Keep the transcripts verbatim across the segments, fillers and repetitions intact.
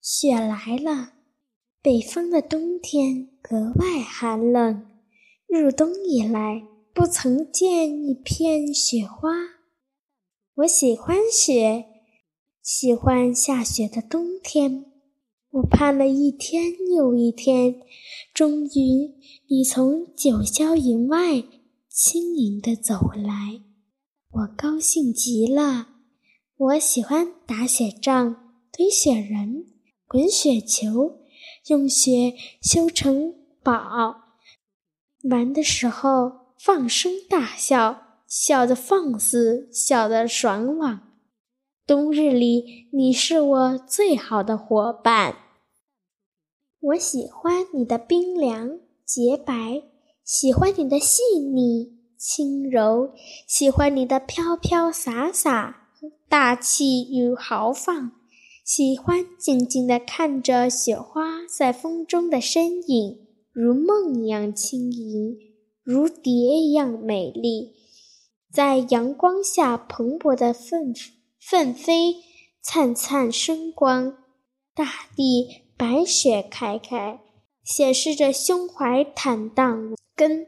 雪来了，北方的冬天格外寒冷。入冬以来，不曾见一片雪花。我喜欢雪，喜欢下雪的冬天。我盼了一天又一天，终于你从九霄云外轻盈地走来，我高兴极了。我喜欢打雪仗、堆雪人、滚雪球，用雪修成堡，玩的时候放声大笑，笑得放肆，笑得爽朗。冬日里，你是我最好的伙伴。我喜欢你的冰凉洁白，喜欢你的细腻轻柔，喜欢你的飘飘洒洒大气与豪放，喜欢静静地看着雪花在风中的身影，如梦一样轻盈，如蝶一样美丽，在阳光下蓬勃地奋奋飞，灿灿生光。大地白雪开开，显示着胸怀坦荡，跟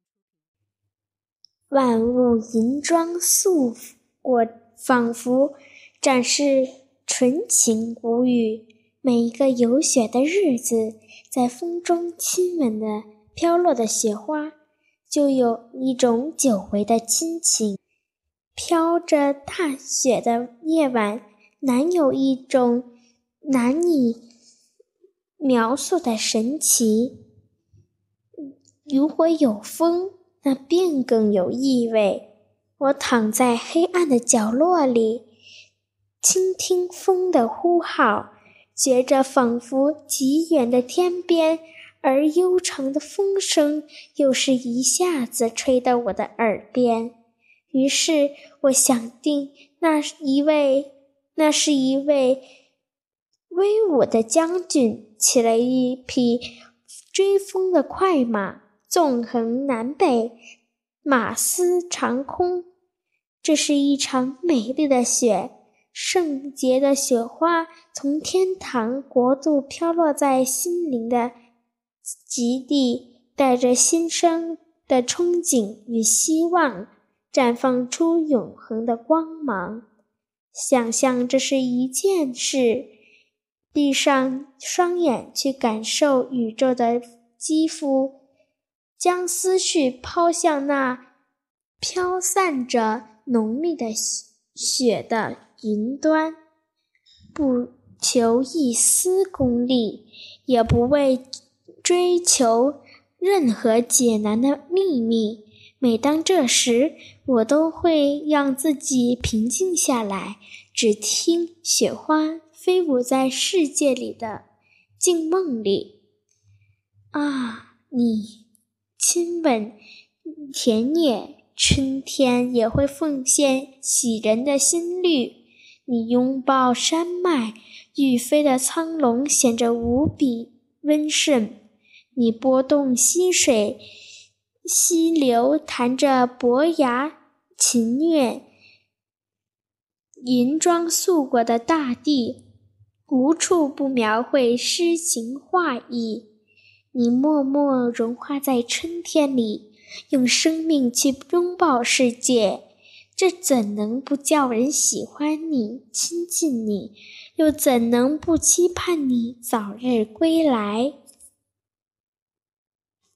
万物银装素裹，仿佛展示纯情无语。每一个有雪的日子，在风中亲吻的飘落的雪花，就有一种久违的亲情。飘着大雪的夜晚，难有一种难以描述的神奇。如果有风，那便更有意味。我躺在黑暗的角落里，倾听风的呼号，觉着仿佛极远的天边，而悠长的风声又是一下子吹到我的耳边。于是我想定那一位那是一位威武的将军，骑了一匹追风的快马，纵横南北，马嘶长空。这是一场美丽的雪，圣洁的雪花从天堂国度飘落在心灵的极地，带着新生的憧憬与希望，绽放出永恒的光芒。想象这是一件事，闭上双眼去感受宇宙的肌肤，将思绪抛向那飘散着浓密的雪的云端，不求一丝功利，也不为追求任何解难的秘密。每当这时，我都会让自己平静下来，只听雪花飞舞在世界里的静梦里。啊，你亲吻田野，春天也会奉献喜人的新绿。你拥抱山脉，欲飞的苍龙显着无比温顺。你拨动溪水，溪流弹着伯牙琴乐，银装素裹的大地，无处不描绘诗情画意。你默默融化在春天里，用生命去拥抱世界，这怎能不叫人喜欢你、亲近你？又怎能不期盼你早日归来？